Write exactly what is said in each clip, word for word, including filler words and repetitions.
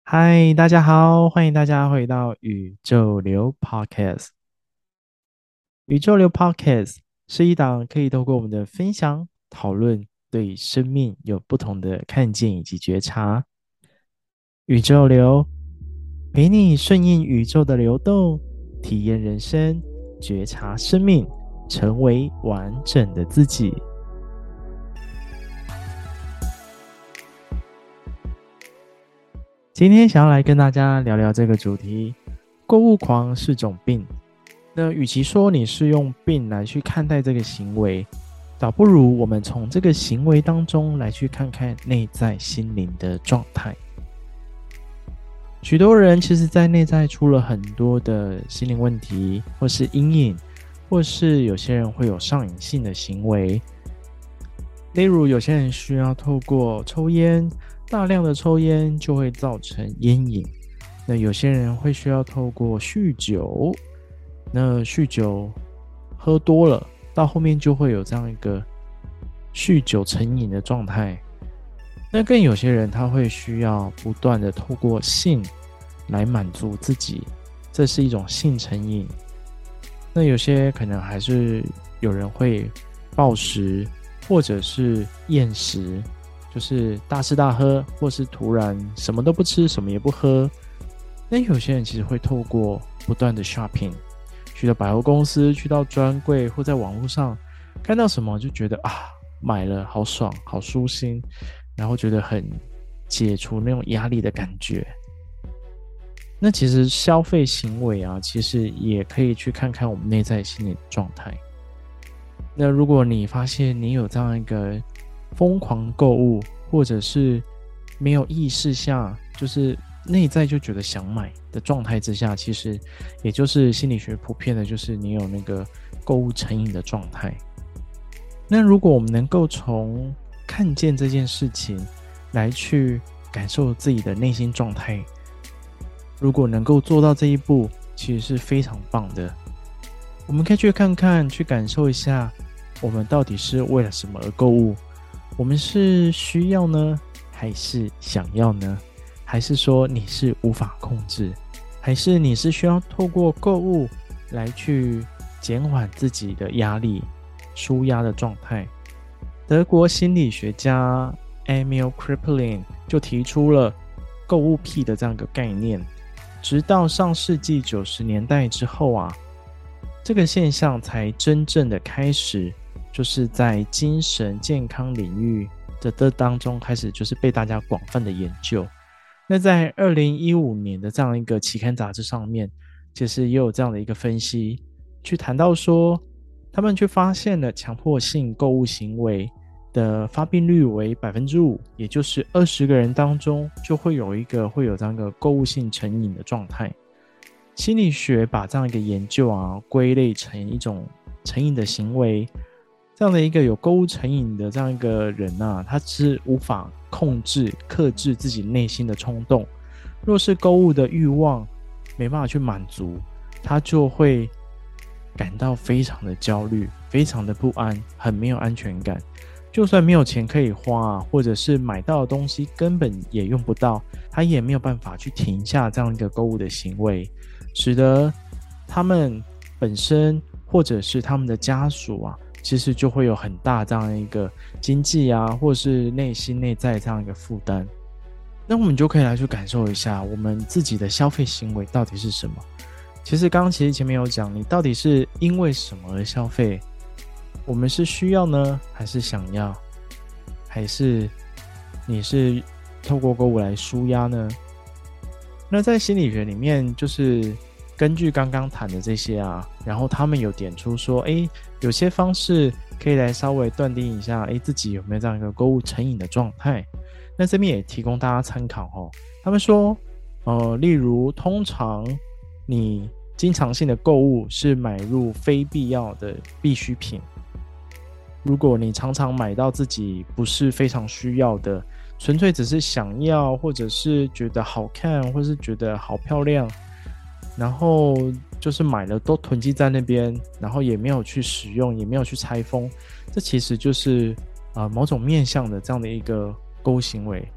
嗨，大家好，欢迎大家回到宇宙流 Podcast。宇宙流 Podcast 是一档可以透过我们的分享、讨论，对生命有不同的看见以及觉察。宇宙流陪你顺应宇宙的流动，体验人生，觉察生命，成为完整的自己。今天想要来跟大家聊聊这个主题：购物狂是种病。那与其说你是用病来去看待这个行为，倒不如我们从这个行为当中来去看看内在心灵的状态。许多人其实在内在出了很多的心灵问题，或是阴影，或是有些人会有上瘾性的行为。例如有些人需要透过抽烟，大量的抽烟就会造成烟瘾。那有些人会需要透过酗酒，那酗酒喝多了，到后面就会有这样一个酗酒成瘾的状态。那更有些人他会需要不断的透过性来满足自己，这是一种性成瘾。那有些可能还是有人会暴食，或者是厌食，就是大吃大喝，或是突然什么都不吃，什么也不喝。那有些人其实会透过不断的 shopping， 去到百货公司，去到专柜，或在网络上看到什么就觉得啊，买了好爽，好舒心，然后觉得很解除那种压力的感觉。那其实消费行为啊，其实也可以去看看我们内在心理的状态。那如果你发现你有这样一个疯狂购物，或者是没有意识下，就是内在就觉得想买的状态之下，其实也就是心理学普遍的，就是你有那个购物成瘾的状态。那如果我们能够从看见这件事情来去感受自己的内心状态，如果能够做到这一步，其实是非常棒的。我们可以去看看，去感受一下，我们到底是为了什么而购物？我们是需要呢，还是想要呢？还是说你是无法控制？还是你是需要透过购物来去减缓自己的压力、舒压的状态？德国心理学家 Emil Kraepelin 就提出了购物癖的这样一个概念。直到上世纪九十年代之后啊，这个现象才真正的开始，就是在精神健康领域的这当中开始，就是被大家广泛的研究。那在二零一五年的这样一个期刊杂志上面，其实也有这样的一个分析，去谈到说，他们去发现了强迫性购物行为的发病率为 百分之五， 也就是二十个人当中就会有一个会有这样一个购物性成瘾的状态。心理学把这样一个研究啊归类成一种成瘾的行为，这样的一个有购物成瘾的这样一个人啊，他是无法控制克制自己内心的冲动。若是购物的欲望没办法去满足，他就会感到非常的焦虑，非常的不安，很没有安全感。就算没有钱可以花啊，或者是买到的东西根本也用不到，他也没有办法去停下这样一个购物的行为，使得他们本身或者是他们的家属啊，其实就会有很大这样一个经济啊，或是内心内在这样一个负担。那我们就可以来去感受一下我们自己的消费行为到底是什么。其实刚刚其实前面有讲，你到底是因为什么而消费？我们是需要呢，还是想要？还是你是透过购物来抒压呢？那在心理学里面，就是根据刚刚谈的这些啊，然后他们有点出说，诶，有些方式可以来稍微断定一下，诶，自己有没有这样一个购物成瘾的状态。那这边也提供大家参考哦。他们说，呃，例如通常你经常性的购物是买入非必要的必需品。如果你常常买到自己不是非常需要的，纯粹只是想要，或者是觉得好看，或是觉得好漂亮，然后就是买了都囤积在那边，然后也没有去使用，也没有去拆封，这其实就是呃某种面向的这样的一个购物行为。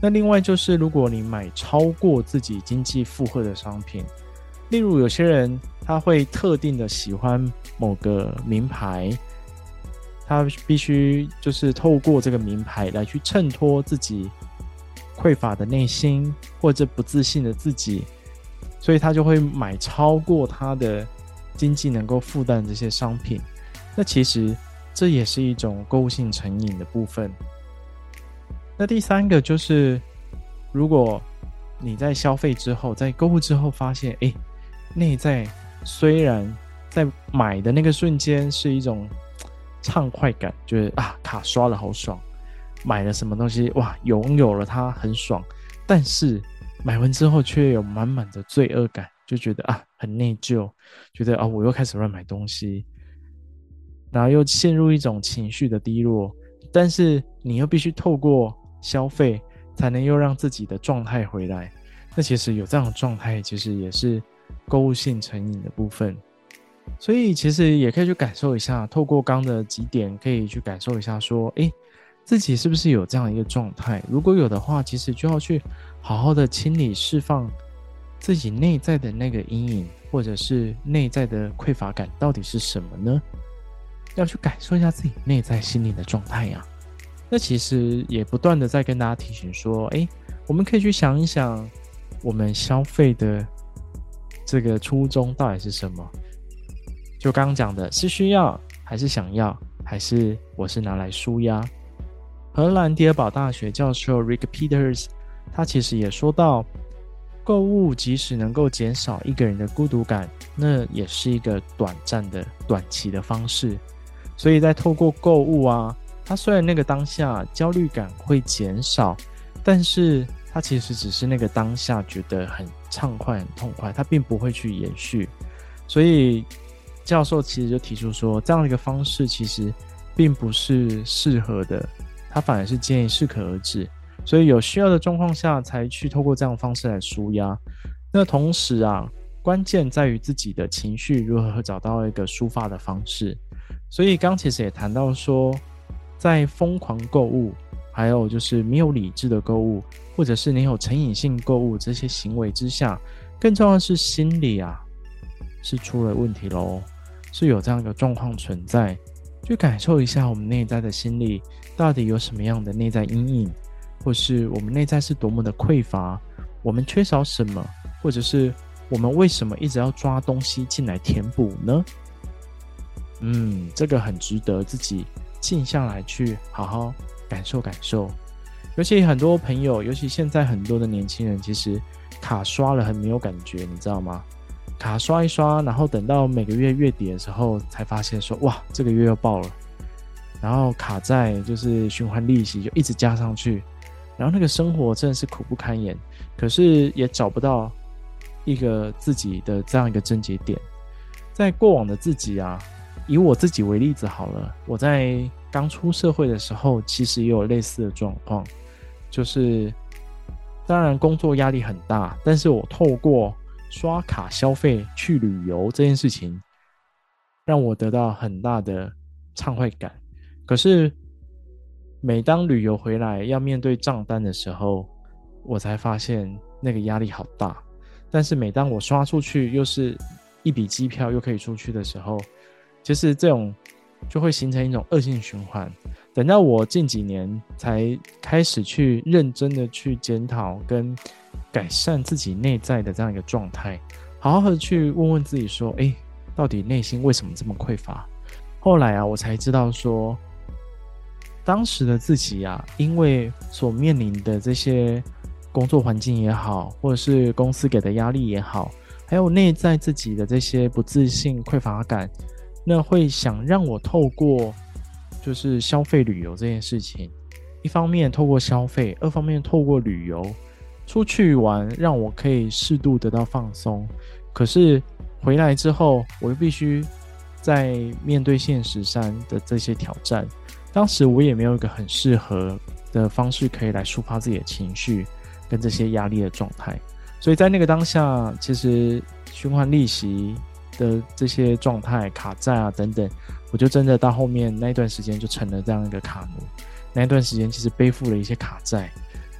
那另外就是如果你买超过自己经济负荷的商品，例如有些人他会特定的喜欢某个名牌，他必须就是透过这个名牌来去衬托自己匮乏的内心或者不自信的自己，所以他就会买超过他的经济能够负担这些商品。那其实这也是一种购物性成瘾的部分。那第三个就是，如果你在消费之后，在购物之后发现，诶，内在虽然在买的那个瞬间是一种畅快感，觉得啊卡刷了好爽，买了什么东西哇拥有了它很爽，但是买完之后却有满满的罪恶感，就觉得啊很内疚，觉得啊我又开始乱买东西，然后又陷入一种情绪的低落，但是你又必须透过消费才能又让自己的状态回来。那其实有这样的状态，其实也是购物性成瘾的部分。所以其实也可以去感受一下，透过刚的几点可以去感受一下说，诶，自己是不是有这样一个状态，如果有的话，其实就要去好好的清理释放自己内在的那个阴影，或者是内在的匮乏感到底是什么呢？要去感受一下自己内在心理的状态呀、啊。那其实也不断的在跟大家提醒说，诶，我们可以去想一想我们消费的这个初衷到底是什么。就刚刚讲的，是需要还是想要，还是我是拿来抒压。荷兰迪尔堡大学教授 Rick Peters 他其实也说到，购物即使能够减少一个人的孤独感，那也是一个短暂的短期的方式。所以在透过购物啊，它虽然那个当下焦虑感会减少，但是它其实只是那个当下觉得很畅快很痛快，它并不会去延续。所以教授其实就提出说，这样的一个方式其实并不是适合的，他反而是建议适可而止。所以有需要的状况下才去透过这样的方式来抒压。那同时啊，关键在于自己的情绪如何找到一个抒发的方式。所以刚其实也谈到说，在疯狂购物，还有就是没有理智的购物，或者是你有成瘾性购物这些行为之下，更重要的是心理啊是出了问题咯，是有这样一个状况存在。去感受一下我们内在的心理到底有什么样的内在阴影，或是我们内在是多么的匮乏，我们缺少什么，或者是我们为什么一直要抓东西进来填补呢？嗯，这个很值得自己静下来去好好感受感受。尤其很多朋友，尤其现在很多的年轻人，其实卡刷了很没有感觉，你知道吗？卡刷一刷，然后等到每个月月底的时候才发现说，哇，这个月又爆了，然后卡债就是循环利息就一直加上去，然后那个生活真的是苦不堪言，可是也找不到一个自己的这样一个症结点。在过往的自己啊，以我自己为例子好了，我在刚出社会的时候其实也有类似的状况，就是当然工作压力很大，但是我透过刷卡消费去旅游这件事情让我得到很大的畅快感。可是每当旅游回来要面对账单的时候，我才发现那个压力好大。但是每当我刷出去又是一笔机票又可以出去的时候，其实这种就会形成一种恶性循环。等到我近几年才开始去认真的去检讨跟改善自己内在的这样一个状态，好好的去问问自己说，诶，到底内心为什么这么匮乏？后来啊，我才知道说，当时的自己啊，因为所面临的这些工作环境也好，或者是公司给的压力也好，还有内在自己的这些不自信、匮乏感，那会想让我透过就是消费旅游这件事情，一方面透过消费，二方面透过旅游出去玩，让我可以适度得到放松。可是回来之后，我又必须在面对现实上的这些挑战，当时我也没有一个很适合的方式可以来抒发自己的情绪跟这些压力的状态。所以在那个当下，其实循环利息的这些状态、卡债啊等等，我就真的到后面那一段时间就成了这样一个卡奴。那一段时间其实背负了一些卡债，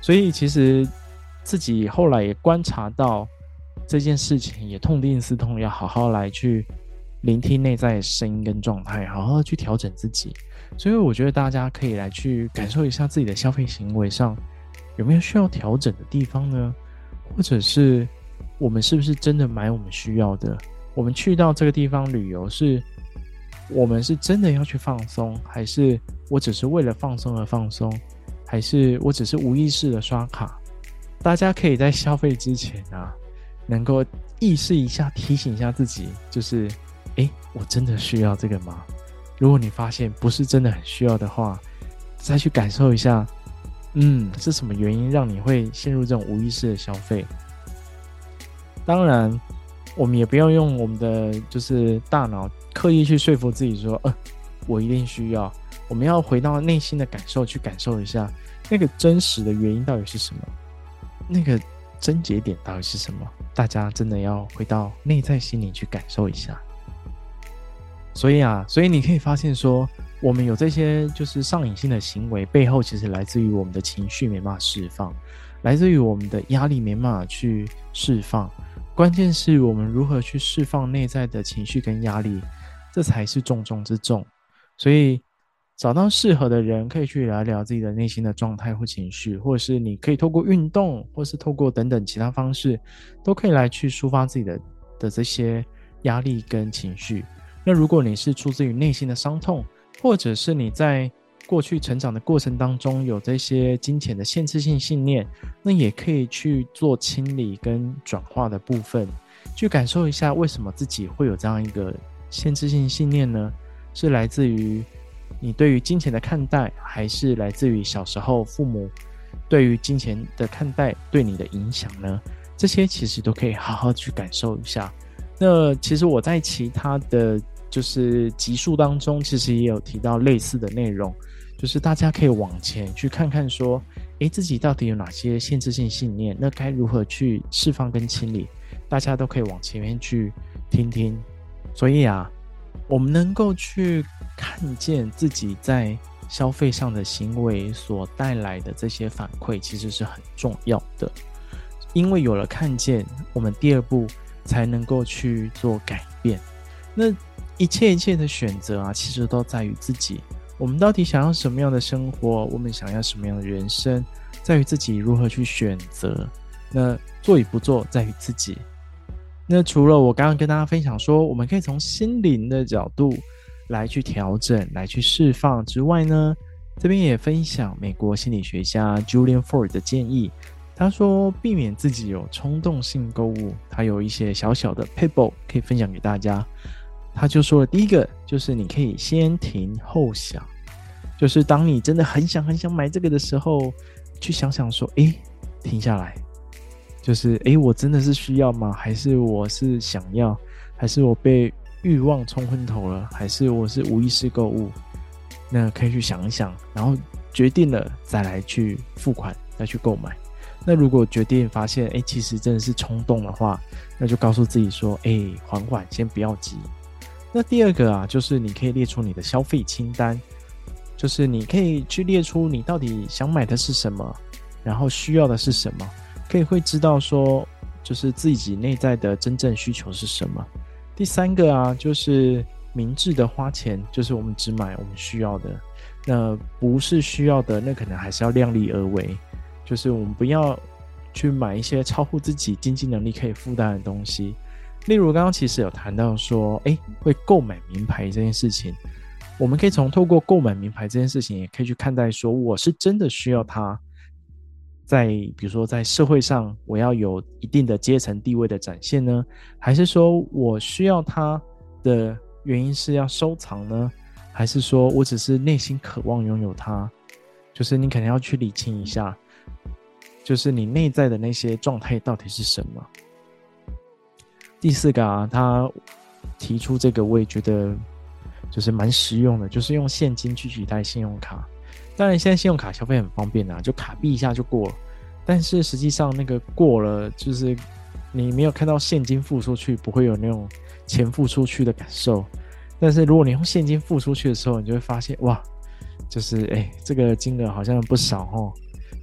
所以其实自己后来也观察到这件事情，也痛定思痛，要好好来去聆听内在的声音跟状态，好好去调整自己。所以我觉得大家可以来去感受一下自己的消费行为上有没有需要调整的地方呢？或者是我们是不是真的买我们需要的？我们去到这个地方旅游，是我们是真的要去放松，还是我只是为了放松而放松，还是我只是无意识的刷卡？大家可以在消费之前啊，能够意识一下，提醒一下自己，就是诶，我真的需要这个吗？如果你发现不是真的很需要的话，再去感受一下，嗯，是什么原因让你会陷入这种无意识的消费？当然我们也不要用我们的就是大脑刻意去说服自己说呃，我一定需要。我们要回到内心的感受，去感受一下那个真实的原因到底是什么，那个症结点到底是什么。大家真的要回到内在心里去感受一下。所以啊，所以你可以发现说，我们有这些就是上瘾性的行为背后，其实来自于我们的情绪没办法释放，来自于我们的压力没办法去释放。关键是我们如何去释放内在的情绪跟压力，这才是重中之重。所以找到适合的人，可以去聊聊自己的内心的状态或情绪，或者是你可以透过运动，或是透过等等其他方式，都可以来去抒发自己的的这些压力跟情绪。那如果你是出自于内心的伤痛，或者是你在过去成长的过程当中有这些金钱的限制性信念，那也可以去做清理跟转化的部分，去感受一下为什么自己会有这样一个限制性信念呢？是来自于你对于金钱的看待，还是来自于小时候父母对于金钱的看待对你的影响呢？这些其实都可以好好去感受一下。那其实我在其他的就是集数当中，其实也有提到类似的内容，就是大家可以往前去看看说，诶，自己到底有哪些限制性信念，那该如何去释放跟清理，大家都可以往前面去听听。所以啊，我们能够去看见自己在消费上的行为所带来的这些反馈，其实是很重要的。因为有了看见，我们第二步才能够去做改变。那一切一切的选择啊，其实都在于自己。我们到底想要什么样的生活，我们想要什么样的人生，在于自己如何去选择。那做与不做在于自己。那除了我刚刚跟大家分享说，我们可以从心灵的角度来去调整，来去释放之外呢，这边也分享美国心理学家 Julian Ford 的建议。他说避免自己有冲动性购物，他有一些小小的 pebble 可以分享给大家。他就说了，第一个就是你可以先停后想，就是当你真的很想很想买这个的时候，去想想说，诶，停下来，就是诶，我真的是需要吗？还是我是想要？还是我被欲望冲昏头了？还是我是无意识购物？那可以去想一想，然后决定了再来去付款，再去购买。那如果决定发现，诶，其实真的是冲动的话，那就告诉自己说，诶，缓缓，先不要急。那第二个啊，就是你可以列出你的消费清单，就是你可以去列出你到底想买的是什么，然后需要的是什么，可以会知道说，就是自己内在的真正需求是什么。第三个啊，就是明智的花钱，就是我们只买我们需要的，那不是需要的，那可能还是要量力而为，就是我们不要去买一些超乎自己经济能力可以负担的东西。例如刚刚其实有谈到说，诶，会购买名牌这件事情，我们可以从透过购买名牌这件事情，也可以去看待说，我是真的需要它，在比如说在社会上我要有一定的阶层地位的展现呢，还是说我需要它的原因是要收藏呢，还是说我只是内心渴望拥有它？就是你可能要去理清一下，就是你内在的那些状态到底是什么。第四个啊，他提出这个我也觉得就是蛮实用的，就是用现金去取代信用卡。当然现在信用卡消费很方便啊，就卡币一下就过了，但是实际上那个过了，就是你没有看到现金付出去，不会有那种钱付出去的感受。但是如果你用现金付出去的时候，你就会发现哇，就是哎，这个金额好像不少哦，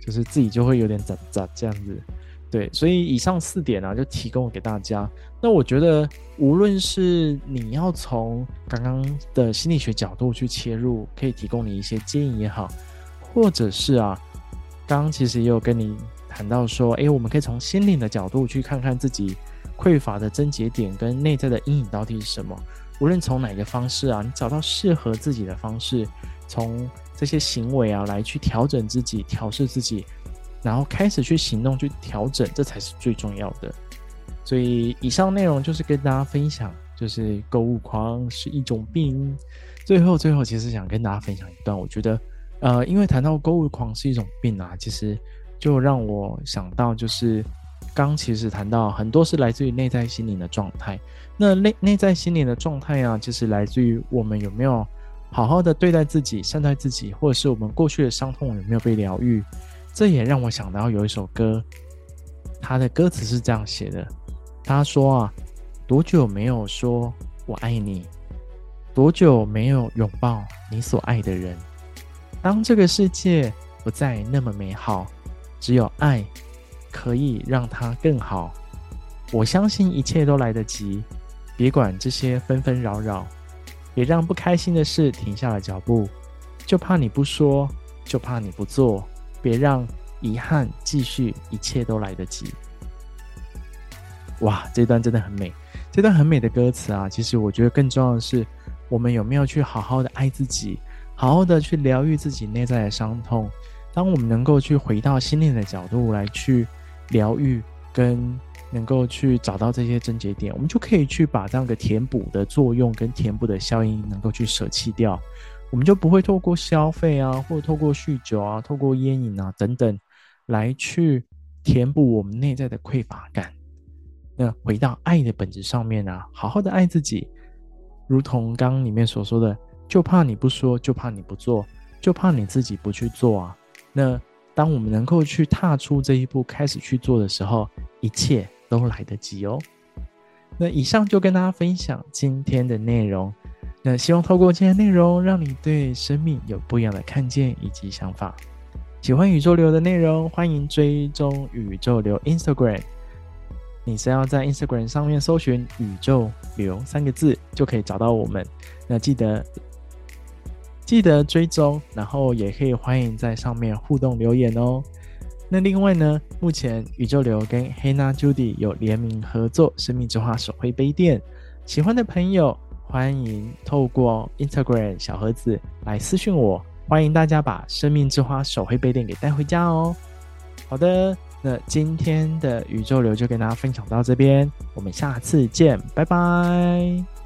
就是自己就会有点杂杂这样子。对，所以以上四点啊，就提供给大家。那我觉得，无论是你要从刚刚的心理学角度去切入，可以提供你一些建议也好，或者是啊，刚刚其实也有跟你谈到说，诶，我们可以从心灵的角度去看看自己匮乏的症结点跟内在的阴影到底是什么。无论从哪个方式啊，你找到适合自己的方式，从这些行为啊来去调整自己、调试自己。然后开始去行动去调整，这才是最重要的。所以以上内容就是跟大家分享，就是购物狂是一种病。最后最后其实想跟大家分享一段，我觉得呃，因为谈到购物狂是一种病啊，其实就让我想到就是刚其实谈到很多是来自于内在心灵的状态。那内内在心灵的状态啊，其实来自于我们有没有好好的对待自己、善待自己，或者是我们过去的伤痛有没有被疗愈。这也让我想到有一首歌，它的歌词是这样写的，他说啊，多久没有说我爱你，多久没有拥抱你所爱的人，当这个世界不再那么美好，只有爱可以让它更好，我相信一切都来得及，别管这些纷纷扰扰，别让不开心的事停下了脚步，就怕你不说，就怕你不做，别让遗憾继续，一切都来得及。哇，这段真的很美，这段很美的歌词啊，其实我觉得更重要的是，我们有没有去好好的爱自己，好好的去疗愈自己内在的伤痛。当我们能够去回到心灵的角度来去疗愈，跟能够去找到这些症结点，我们就可以去把这样的填补的作用跟填补的效应能够去舍弃掉。我们就不会透过消费啊，或者透过酗酒啊，透过烟瘾啊等等来去填补我们内在的匮乏感。那回到爱的本质上面啊，好好的爱自己，如同刚刚里面所说的，就怕你不说，就怕你不做，就怕你自己不去做啊。那当我们能够去踏出这一步，开始去做的时候，一切都来得及哦。那以上就跟大家分享今天的内容。那希望透过今天的内容，让你对生命有不一样的看见以及想法。喜欢宇宙流的内容，欢迎追踪宇宙流 Instagram。你只要在 Instagram 上面搜寻宇宙流三个字，就可以找到我们。那记得记得追踪，然后也可以欢迎在上面互动留言哦。那另外呢，目前宇宙流跟 Hannah Judy 有联名合作生命之花手绘杯垫，喜欢的朋友欢迎透过 Instagram 小盒子来私讯我，欢迎大家把生命之花手绘杯垫给带回家哦。好的，那今天的宇宙流就跟大家分享到这边，我们下次见，拜拜。